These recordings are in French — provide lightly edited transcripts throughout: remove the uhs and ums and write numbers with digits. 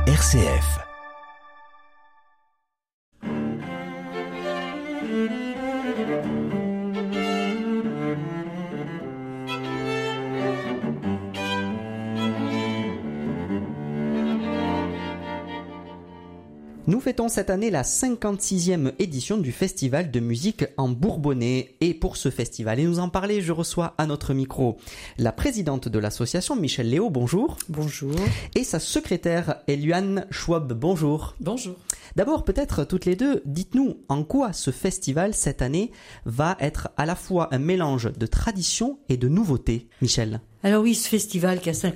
RCF. Nous fêtons cette année la 56e édition du Festival de musique en Bourbonnais. Et pour ce festival, et nous en parler, je reçois à notre micro la présidente de l'association, Michèle Léo, bonjour. Bonjour. Et sa secrétaire, Eliane Schwab, bonjour. Bonjour. D'abord, peut-être toutes les deux, dites-nous en quoi ce festival, cette année, va être à la fois un mélange de tradition et de nouveautés. Michèle. Alors oui, ce festival qui a sa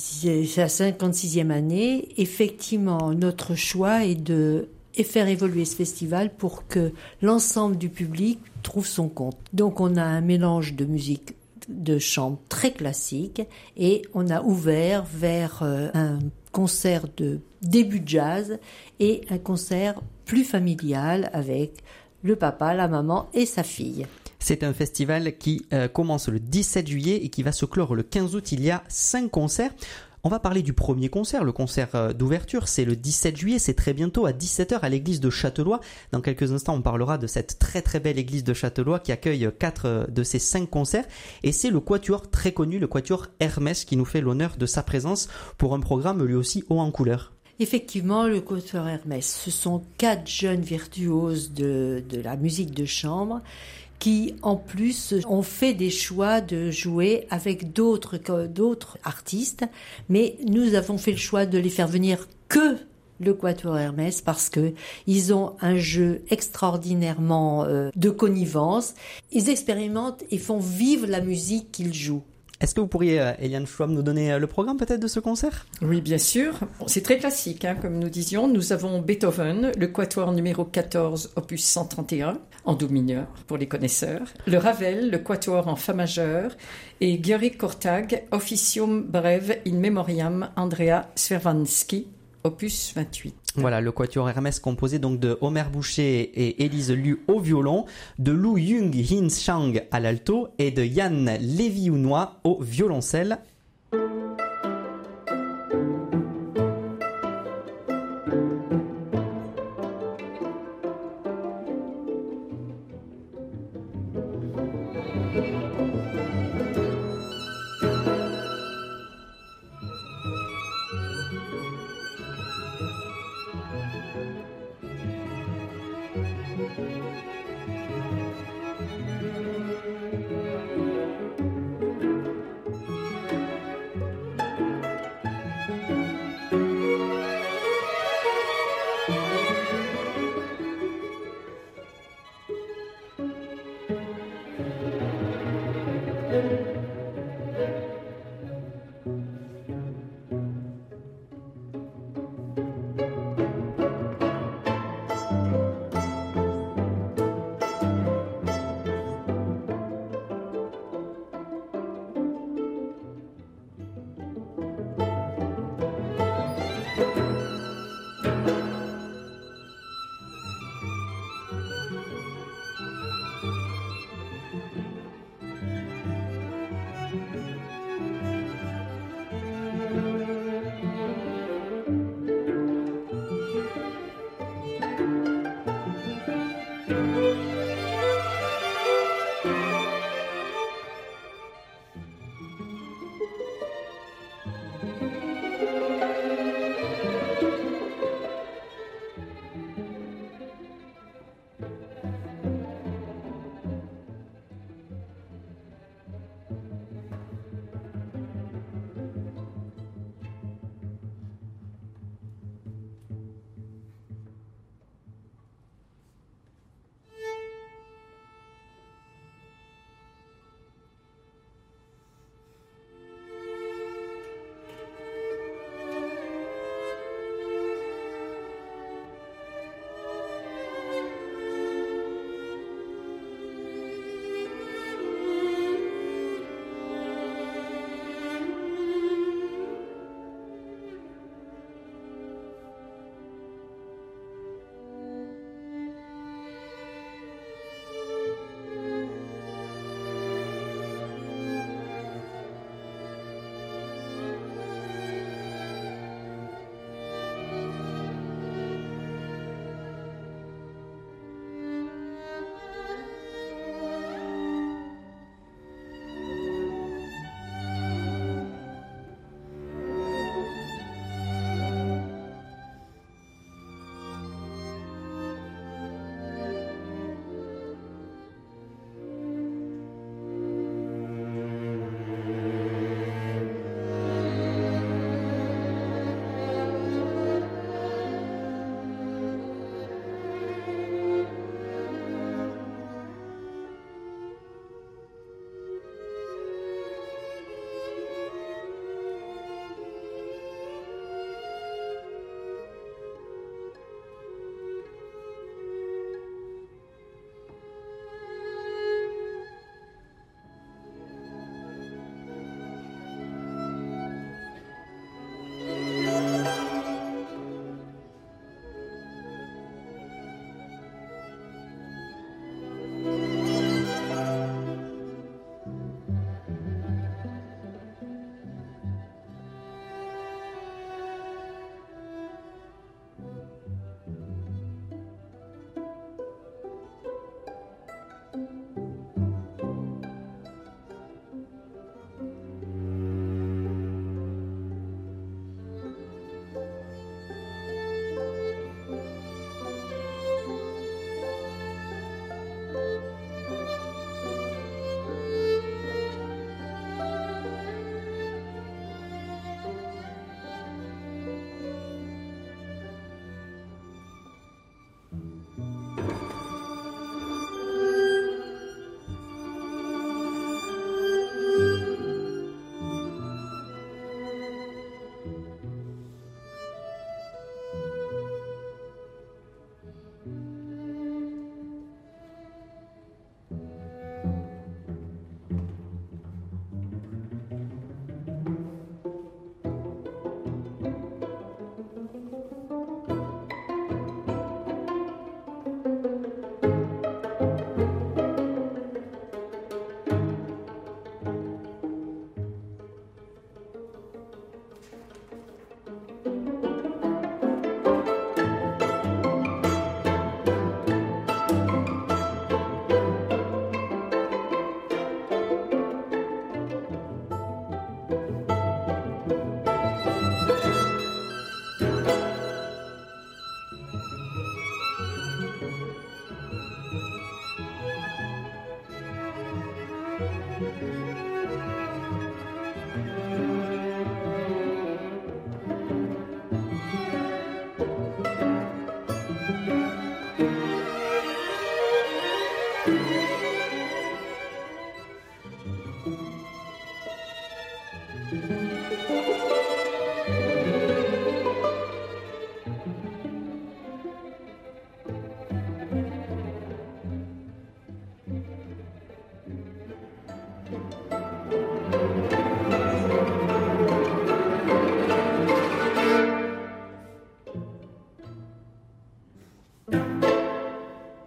56e année, effectivement, notre choix est de faire évoluer ce festival pour que l'ensemble du public trouve son compte. Donc on a un mélange de musique de chambre très classique et on a ouvert vers un concert de début de jazz et un concert plus familial avec le papa, la maman et sa fille. C'est un festival qui commence le 17 juillet et qui va se clore le 15 août. Il y a 5 concerts. On va parler du premier concert, le concert d'ouverture. C'est le 17 juillet, c'est très bientôt à 17h à l'église de Châtelois. Dans quelques instants, on parlera de cette très très belle église de Châtelois qui accueille 4 de ces 5 concerts. Et c'est le quatuor très connu, le quatuor Hermès, qui nous fait l'honneur de sa présence pour un programme lui aussi haut en couleur. Effectivement, le quatuor Hermès, ce sont 4 jeunes virtuoses de la musique de chambre qui, en plus, ont fait des choix de jouer avec d'autres artistes, mais nous avons fait le choix de les faire venir que le quatuor Hermès parce que ils ont un jeu extraordinairement de connivence. Ils expérimentent et font vivre la musique qu'ils jouent. Est-ce que vous pourriez, Eliane Schwab, nous donner le programme peut-être de ce concert ? Oui, bien sûr. C'est très classique, comme nous disions. Nous avons Beethoven, le quatuor numéro 14, opus 131, en do mineur pour les connaisseurs. Le Ravel, le quatuor en fa majeur. Et György Kortag, Officium breve in memoriam Andrea Swerwanski, opus 28. Voilà, le quatuor Hermès composé donc de Homer Boucher et Élise Lu au violon, de Lou Yung Hin Chang à l'alto et de Yann Lévy-Hounois au violoncelle.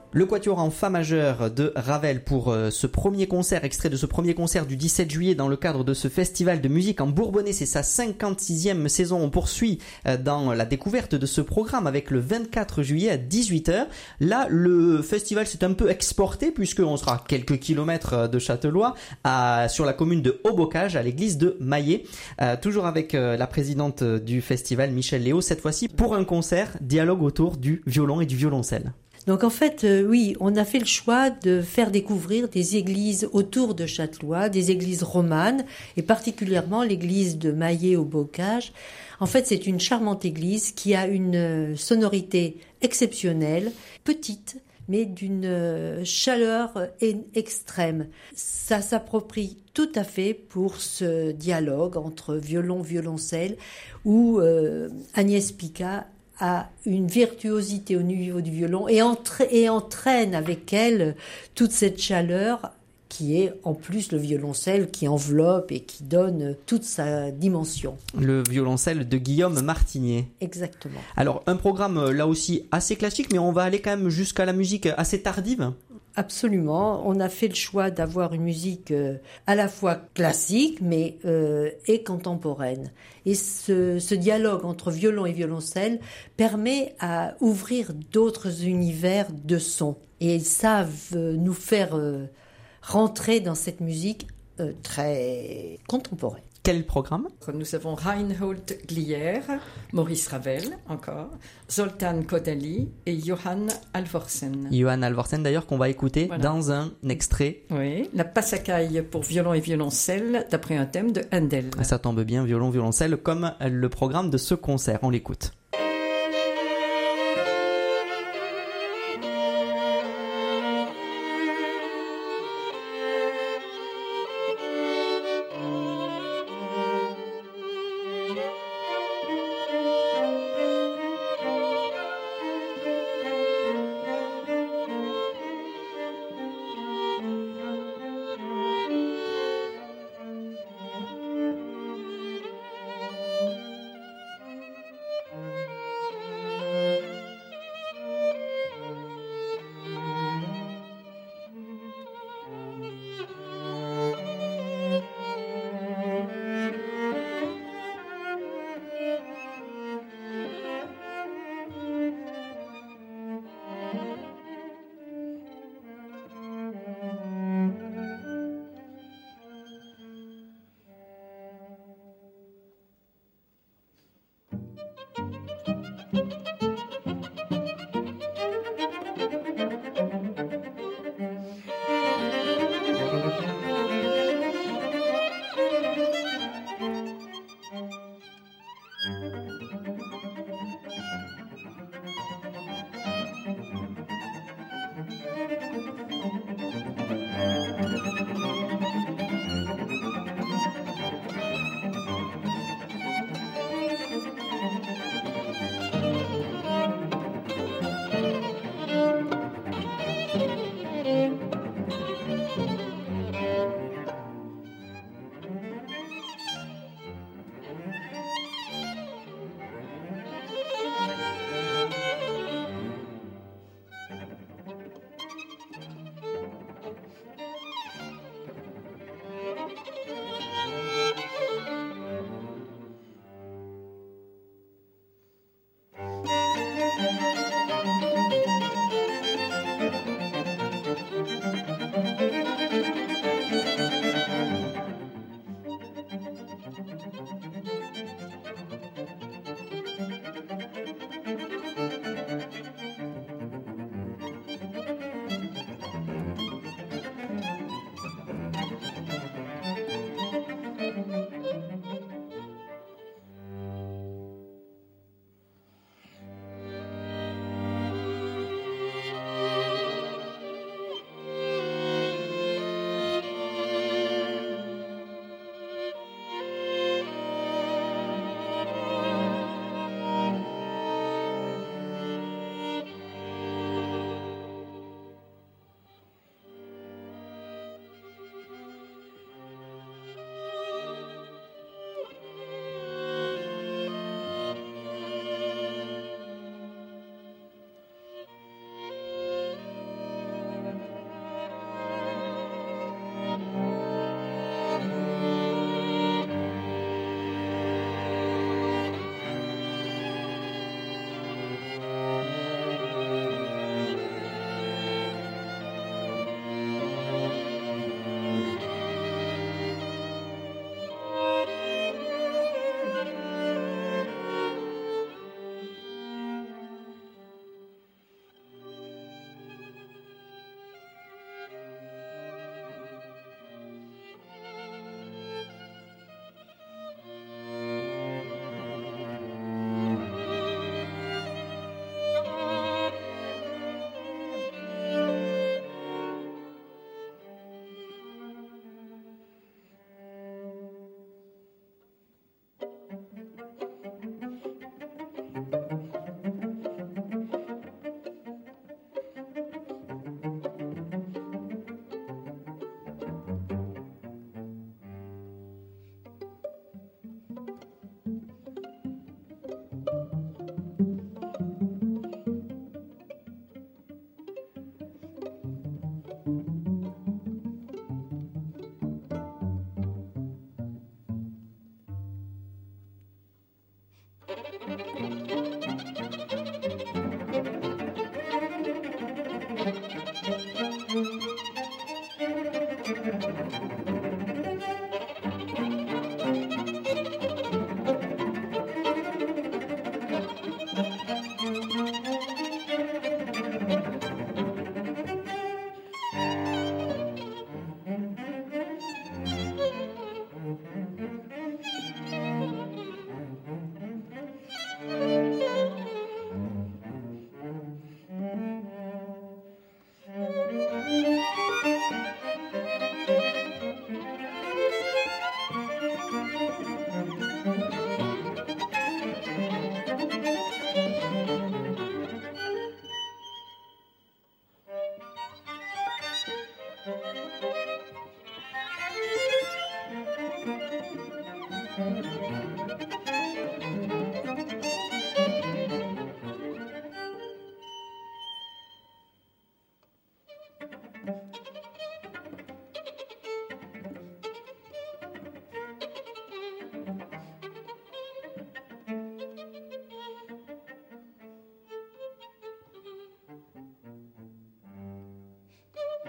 Le quatuor en fa majeur de Ravel pour ce premier concert, extrait de ce premier concert du 17 juillet dans le cadre de ce festival de musique en Bourbonnais. C'est sa 56e saison. On poursuit dans la découverte de ce programme avec le 24 juillet à 18h. Là, le festival s'est un peu exporté puisqu'on sera à quelques kilomètres de Châtelois, sur la commune de Haut-Bocage, à l'église de Maillet. Toujours avec la présidente du festival, Michel Léo, cette fois-ci pour un concert dialogue autour du violon et du violoncelle. Donc en fait, oui, on a fait le choix de faire découvrir des églises autour de Châtelois, des églises romanes, et particulièrement l'église de Maillet au Bocage. En fait, c'est une charmante église qui a une sonorité exceptionnelle, petite, mais d'une chaleur extrême. Ça s'approprie tout à fait pour ce dialogue entre violon-violoncelle, où Agnès Picat a une virtuosité au niveau du violon et entraîne avec elle toute cette chaleur qui est en plus le violoncelle qui enveloppe et qui donne toute sa dimension. Le violoncelle de Guillaume Martinier. Exactement. Alors un programme là aussi assez classique, mais on va aller quand même jusqu'à la musique assez tardive. Absolument. On a fait le choix d'avoir une musique à la fois classique mais et contemporaine. Et ce dialogue entre violon et violoncelle permet à ouvrir d'autres univers de sons. Et ils savent nous faire rentrer dans cette musique très contemporaine. Quel est le programme ? Nous avons Reinhold Glier, Maurice Ravel encore, Zoltán Kodály et Johann Alvorsen. Johann Alvorsen d'ailleurs qu'on va écouter dans un extrait. Oui, la Passacaille pour violon et violoncelle d'après un thème de Handel. Ça tombe bien, violon-violoncelle comme le programme de ce concert. On l'écoute.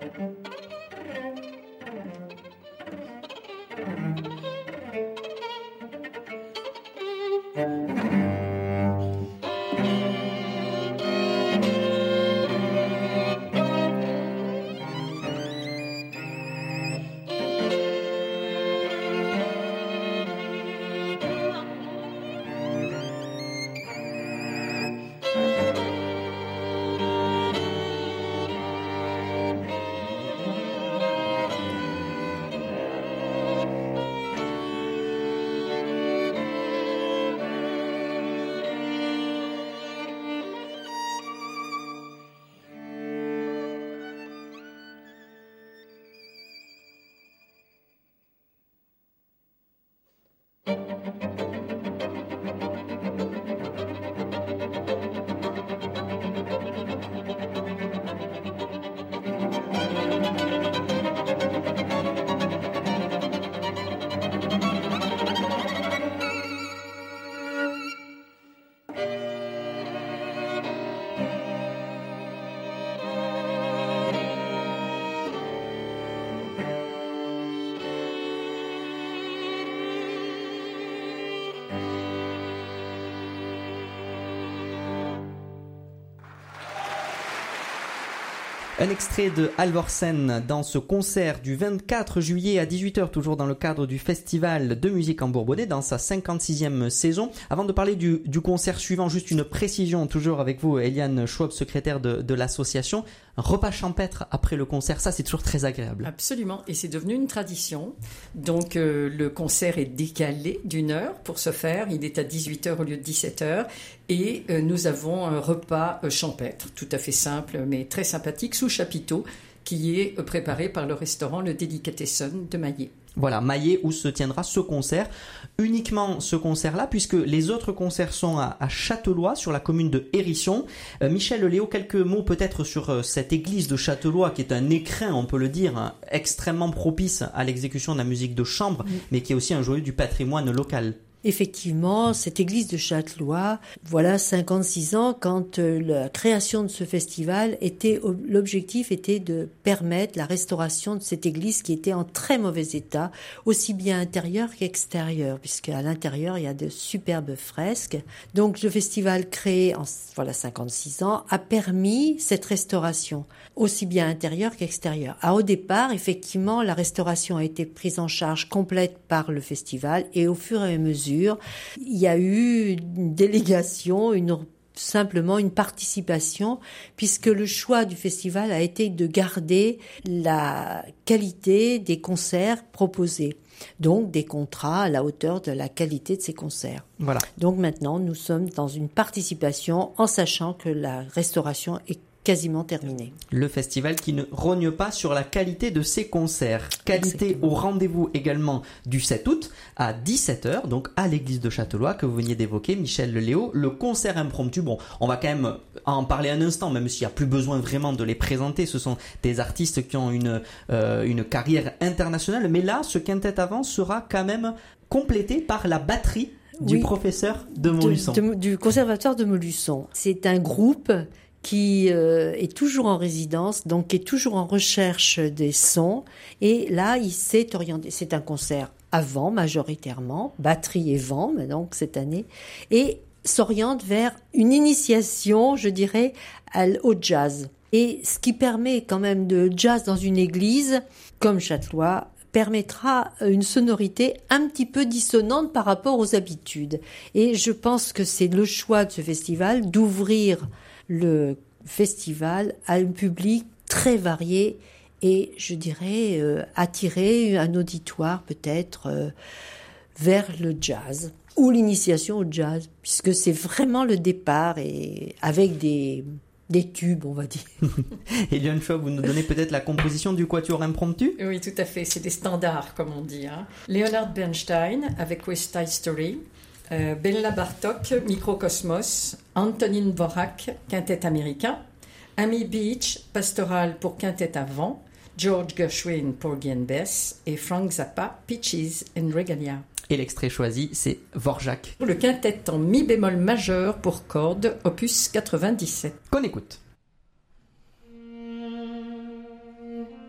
Un extrait de Halvorsen dans ce concert du 24 juillet à 18h, toujours dans le cadre du Festival de musique en Bourbonnais, dans sa 56e saison. Avant de parler du concert suivant, juste une précision, toujours avec vous, Eliane Schwab, secrétaire de l'association. Un repas champêtre après le concert, ça c'est toujours très agréable. Absolument, et c'est devenu une tradition. Donc le concert est décalé d'1 heure pour ce faire. Il est à 18h au lieu de 17h. Et nous avons un repas champêtre, tout à fait simple, mais très sympathique, sous chapiteau, qui est préparé par le restaurant Le Delicatessen de Maillé. Voilà, Maillé, où se tiendra ce concert. Uniquement ce concert-là, puisque les autres concerts sont à Châtelois, sur la commune de Hérisson. Michel Léo, quelques mots peut-être sur cette église de Châtelois, qui est un écrin, on peut le dire, hein, extrêmement propice à l'exécution de la musique de chambre, mais qui est aussi un joyau du patrimoine local. Effectivement, cette église de Châtelois, voilà 56 ans, quand la création de ce festival l'objectif était de permettre la restauration de cette église qui était en très mauvais état, aussi bien intérieur qu'extérieur, puisqu'à l'intérieur il y a de superbes fresques. Donc le festival créé en 56 ans a permis cette restauration, aussi bien intérieure qu'extérieure. Au départ, effectivement, la restauration a été prise en charge complète par le festival, et au fur et à mesure, il y a eu une délégation, simplement une participation, puisque le choix du festival a été de garder la qualité des concerts proposés. Donc des contrats à la hauteur de la qualité de ces concerts. Voilà. Donc maintenant, nous sommes dans une participation en sachant que la restauration est quasiment terminé. Le festival qui ne rogne pas sur la qualité de ses concerts. Qualité Exactement. Au rendez-vous également du 7 août à 17h, donc à l'église de Châtelois que vous veniez d'évoquer, Michel Léo. Le concert impromptu, bon, on va quand même en parler un instant, même s'il n'y a plus besoin vraiment de les présenter. Ce sont des artistes qui ont une carrière internationale, mais là, ce quintet avant sera quand même complété par la batterie du professeur de Montluçon. Du conservatoire de Montluçon. C'est un groupe qui est toujours en résidence, donc qui est toujours en recherche des sons. Et là, il s'est orienté. C'est un concert à vent majoritairement, batterie et vent, donc cette année, et s'oriente vers une initiation, je dirais, au jazz. Et ce qui permet quand même de jazz dans une église comme Châtelois permettra une sonorité un petit peu dissonante par rapport aux habitudes. Et je pense que c'est le choix de ce festival d'ouvrir le festival à un public très varié et, je dirais, attirer un auditoire peut-être vers le jazz ou l'initiation au jazz, puisque c'est vraiment le départ et avec des tubes, on va dire. Eliane Schwab, vous nous donnez peut-être la composition du quatuor impromptu ? Oui, tout à fait. C'est des standards, comme on dit. Leonard Bernstein avec West Side Story. Bella Bartok, Microcosmos, Antonin Dvorak, quintet américain, Amy Beach, pastorale pour quintet à vent, George Gershwin, Porgy and Bess et Frank Zappa, Peaches and Regalia. Et l'extrait choisi, c'est Dvorak. Le quintet en mi bémol majeur pour cordes, opus 97. Qu'on écoute.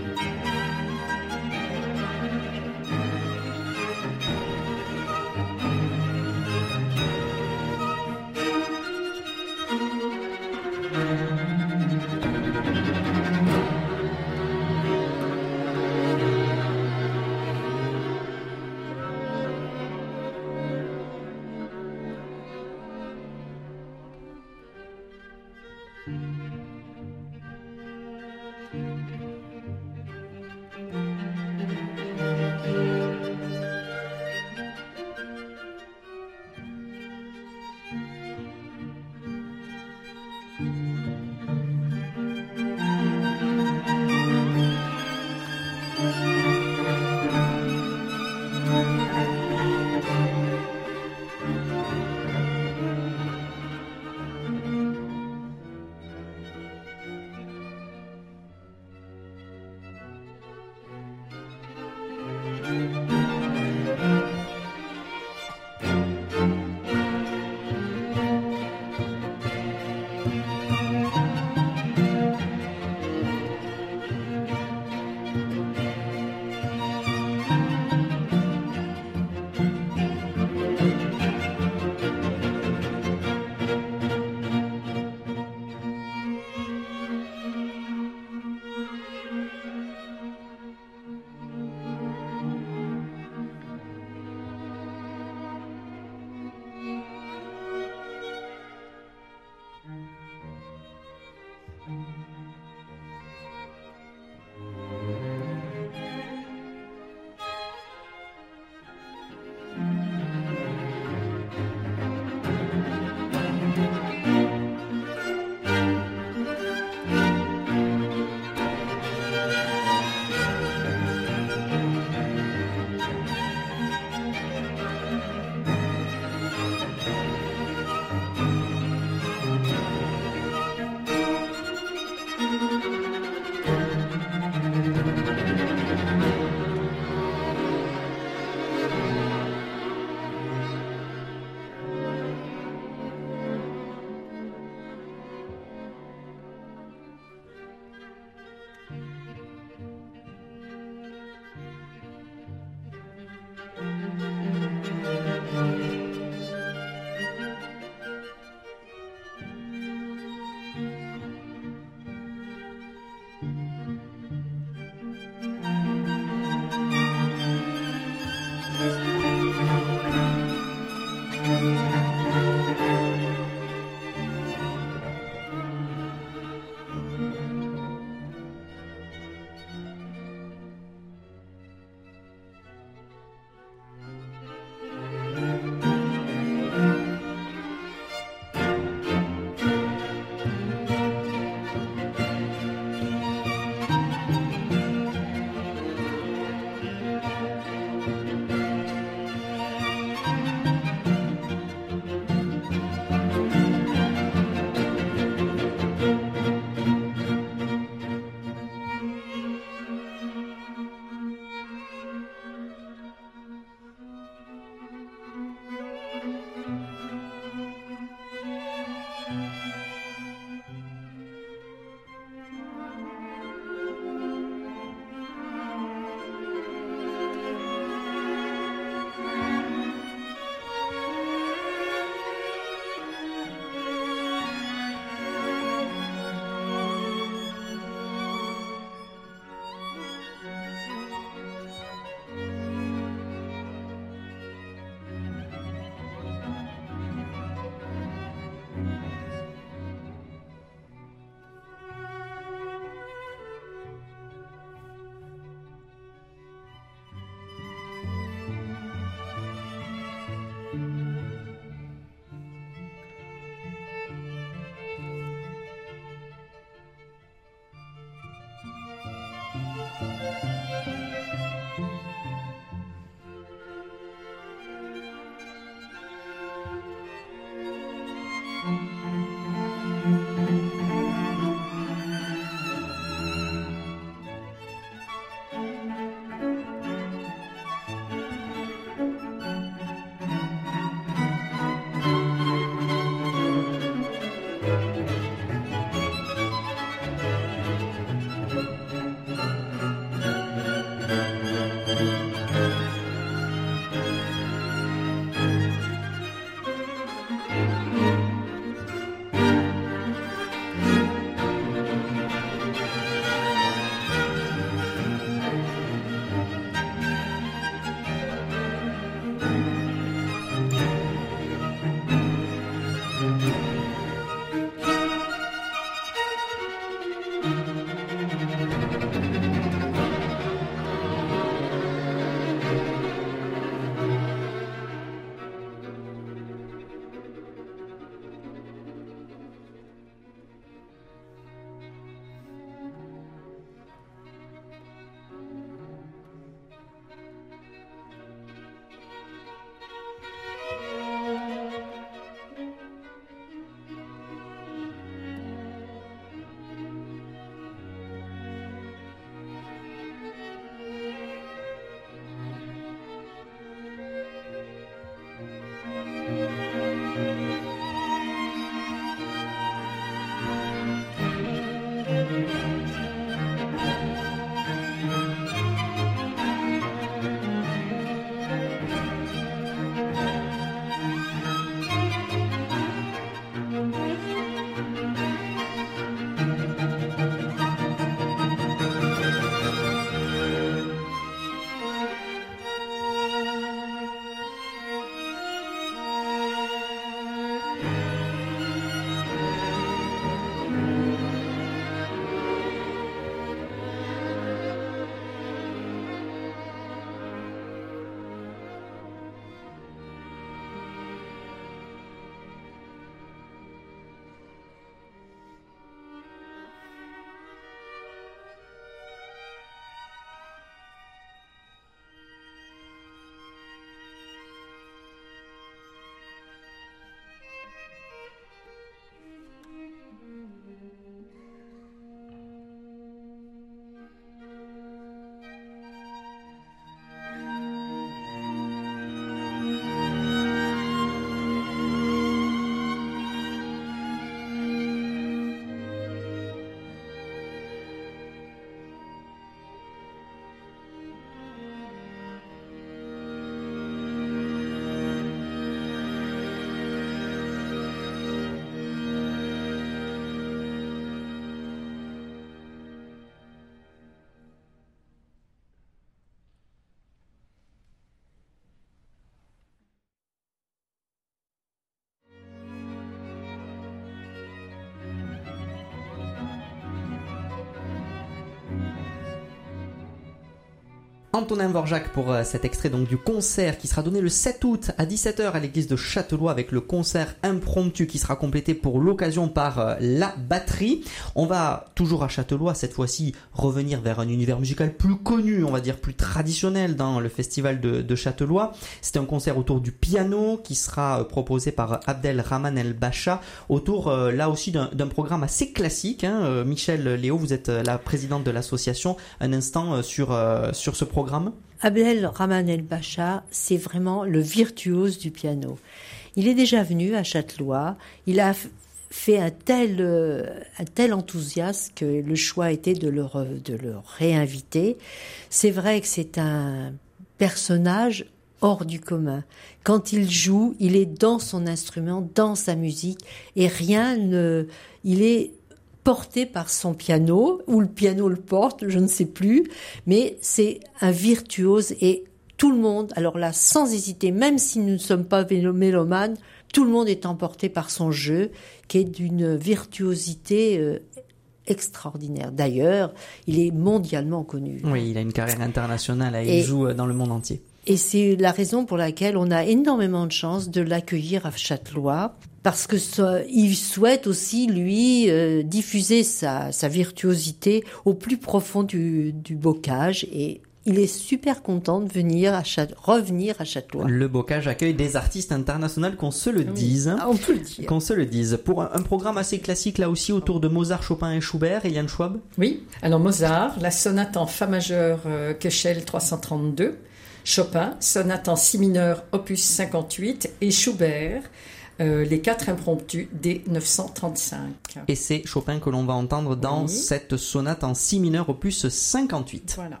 Antonin Dvorak pour cet extrait donc du concert qui sera donné le 7 août à 17h à l'église de Châtelois avec le concert impromptu qui sera complété pour l'occasion par la batterie. On va toujours à Châtelois, cette fois-ci revenir vers un univers musical plus connu, on va dire plus traditionnel dans le festival de Châtelois. C'est un concert autour du piano qui sera proposé par Abdelrahman El Bacha autour là aussi d'un programme assez classique. Michel Léo, vous êtes la présidente de l'association. Un instant sur ce programme. Abdelrahman El Bacha, c'est vraiment le virtuose du piano. Il est déjà venu à Châtelois. Il a fait un tel enthousiasme que le choix était de le réinviter. C'est vrai que c'est un personnage hors du commun. Quand il joue, il est dans son instrument, dans sa musique, et il est porté par son piano, ou le piano le porte, je ne sais plus, mais c'est un virtuose et tout le monde, alors là, sans hésiter, même si nous ne sommes pas mélomanes, tout le monde est emporté par son jeu, qui est d'une virtuosité extraordinaire. D'ailleurs, il est mondialement connu. Oui, il a une carrière internationale, il joue dans le monde entier. Et c'est la raison pour laquelle on a énormément de chance de l'accueillir à Châtelois, parce que il souhaite aussi, lui, diffuser sa virtuosité au plus profond du bocage, et il est super content de revenir à Châtelois. Le bocage accueille des artistes internationaux, qu'on se le dise. On peut le dire. Qu'on se le dise. Pour un programme assez classique, là aussi, autour de Mozart, Chopin et Schubert, Eliane Schwab. Oui, alors Mozart, la sonate en fa majeur Köchel 332, Chopin, sonate en si mineur opus 58, et Schubert, les 4 impromptus dès 935. Et c'est Chopin que l'on va entendre dans cette sonate en si mineur opus 58. Voilà.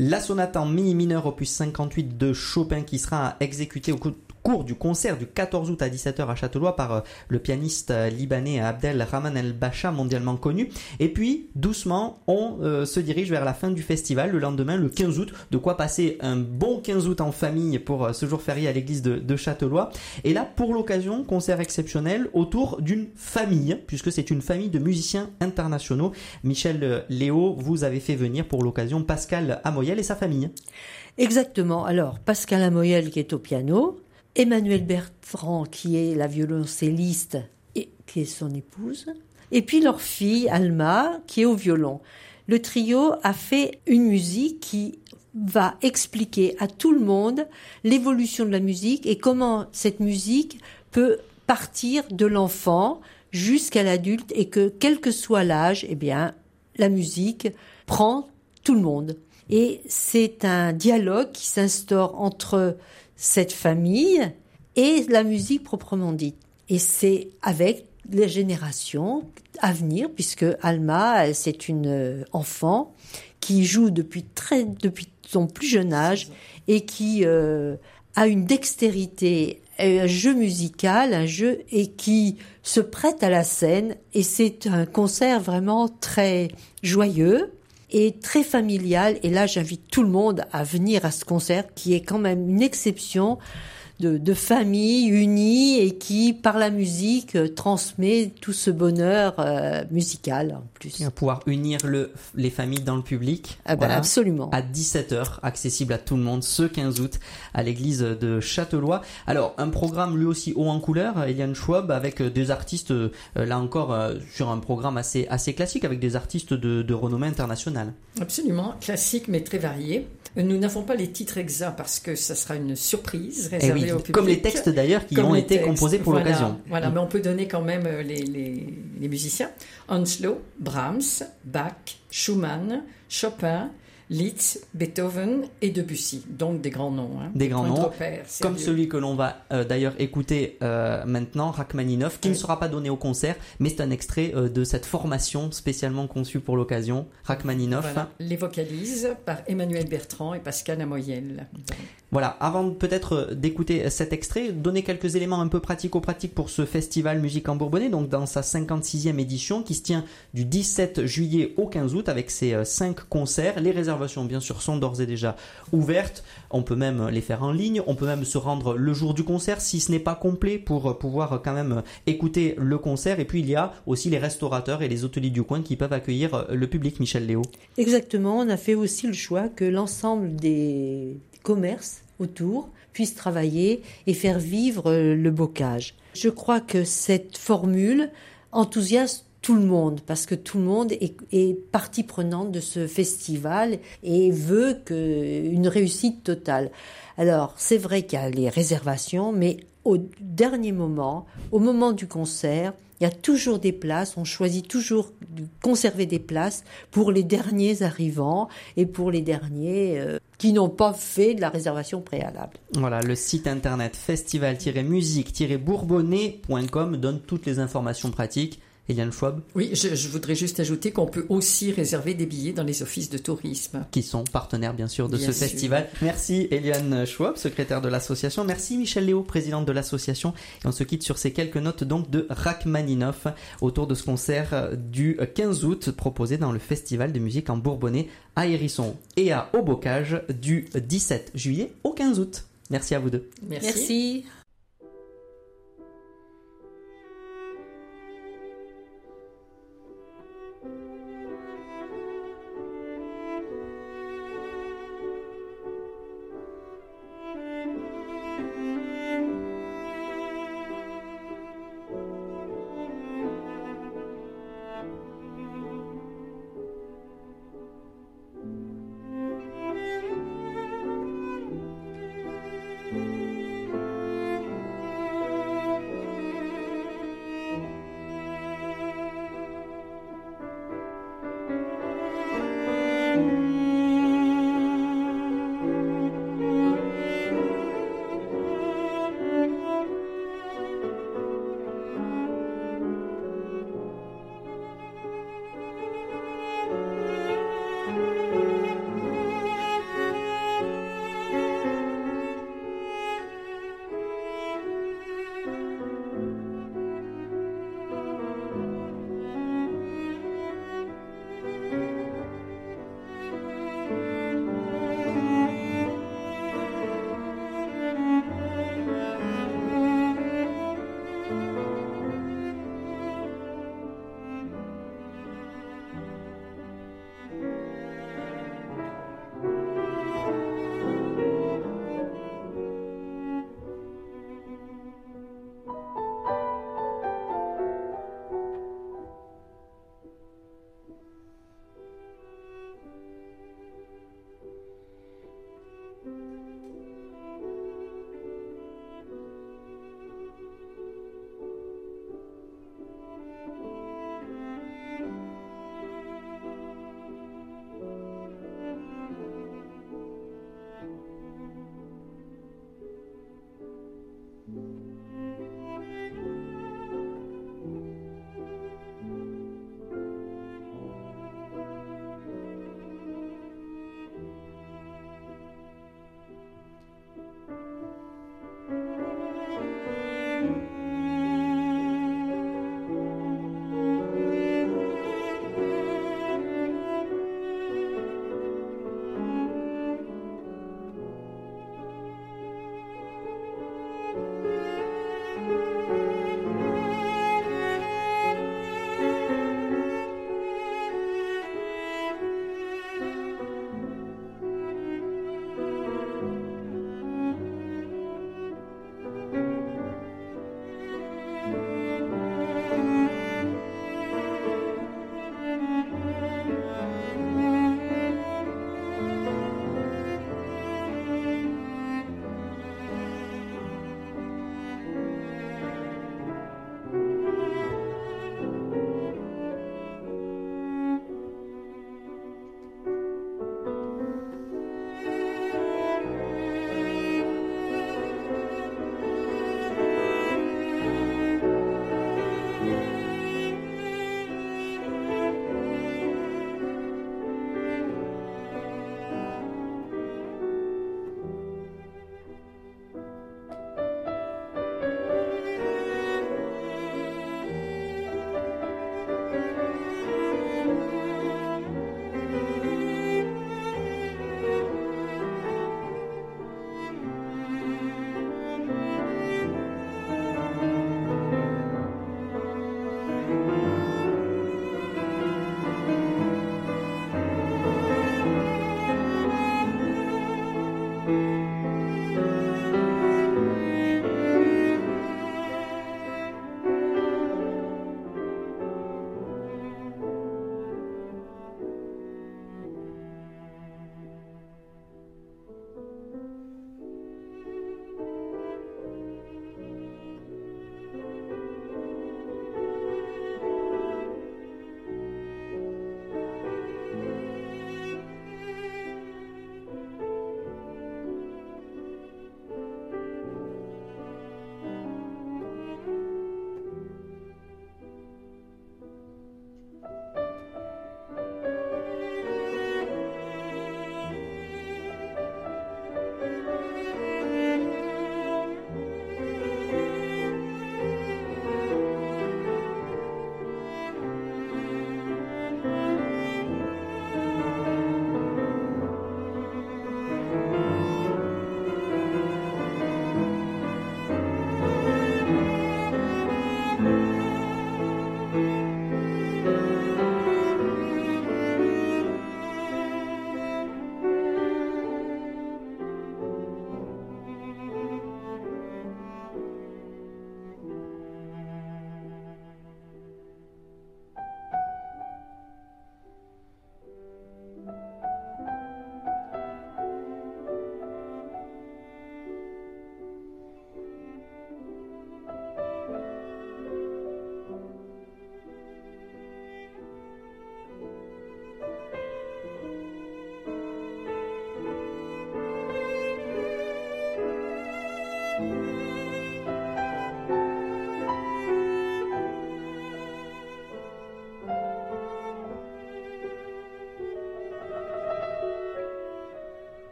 La sonate en mi mineur opus 58 de Chopin qui sera exécutée au cours du concert du 14 août à 17h à Châteaulois par le pianiste libanais Abdel Rahman El Bacha, mondialement connu. Et puis, doucement, on se dirige vers la fin du festival, le lendemain, le 15 août. De quoi passer un bon 15 août en famille pour ce jour férié à l'église de Châteaulois. Et là, pour l'occasion, concert exceptionnel autour d'une famille, puisque c'est une famille de musiciens internationaux. Michel Léo, vous avez fait venir pour l'occasion Pascal Amoyel et sa famille. Exactement. Alors, Pascal Amoyel qui est au piano, Emmanuel Bertrand qui est la violoncelliste et qui est son épouse, et puis leur fille Alma qui est au violon. Le trio a fait une musique qui va expliquer à tout le monde l'évolution de la musique et comment cette musique peut partir de l'enfant jusqu'à l'adulte et que quel que soit l'âge, eh bien, la musique prend tout le monde. Et c'est un dialogue qui s'instaure entre cette famille et la musique proprement dite. Et c'est avec les générations à venir, puisque Alma, c'est une enfant qui joue depuis son plus jeune âge et qui a une dextérité, un jeu musical, et qui se prête à la scène. Et c'est un concert vraiment très joyeux et très familial. Et là, j'invite tout le monde à venir à ce concert qui est quand même une exception de famille unie et qui, par la musique, transmet tout ce bonheur musical en plus. Et à pouvoir unir les familles dans le public. Ah ben, voilà. Absolument. À 17h, accessible à tout le monde, ce 15 août, à l'église de Châteaulois. Alors, un programme lui aussi haut en couleur, Eliane Schwab, avec des artistes, là encore, sur un programme assez classique, avec des artistes de renommée internationale. Absolument, classique mais très varié. Nous n'avons pas les titres exacts parce que ça sera une surprise réservée au public. Comme les textes d'ailleurs qui ont été composés pour l'occasion. Voilà, mais on peut donner quand même les musiciens. Onslow, Brahms, Bach, Schumann, Chopin, Liszt, Beethoven et Debussy. Donc des grands noms. Des grands noms, repères, comme celui que l'on va d'ailleurs écouter maintenant, Rachmaninov, qui ne sera pas donné au concert, mais c'est un extrait de cette formation spécialement conçue pour l'occasion, Rachmaninov. Voilà. Les vocalises par Emmanuel Bertrand et Pascal Amoyel. Voilà, avant peut-être d'écouter cet extrait, donner quelques éléments un peu pratico-pratiques pour ce festival Musique en Bourbonnais, donc dans sa 56e édition qui se tient du 17 juillet au 15 août avec ses 5 concerts. Les réservations bien sûr sont d'ores et déjà ouvertes, on peut même les faire en ligne, on peut même se rendre le jour du concert si ce n'est pas complet pour pouvoir quand même écouter le concert. Et puis il y a aussi les restaurateurs et les hôteliers du coin qui peuvent accueillir le public. Michel Léo. Exactement, on a fait aussi le choix que l'ensemble des commerces autour puissent travailler et faire vivre le bocage. Je crois que cette formule enthousiasme tout le monde parce que tout le monde est partie prenante de ce festival et veut une réussite totale. Alors, c'est vrai qu'il y a les réservations, mais au dernier moment, au moment du concert, il y a toujours des places, on choisit toujours de conserver des places pour les derniers arrivants et pour les derniers qui n'ont pas fait de la réservation préalable. Voilà, le site internet festival-musique-bourbonnais.com donne toutes les informations pratiques. Eliane Schwab. Oui, je voudrais juste ajouter qu'on peut aussi réserver des billets dans les offices de tourisme. Qui sont partenaires, bien sûr, de ce festival. Merci Eliane Schwab, secrétaire de l'association. Merci Michel Léo, présidente de l'association. Et on se quitte sur ces quelques notes donc de Rachmaninov autour de ce concert du 15 août proposé dans le festival de musique en Bourbonnais à Hérisson et à Haut-Bocage du 17 juillet au 15 août. Merci à vous deux. Merci.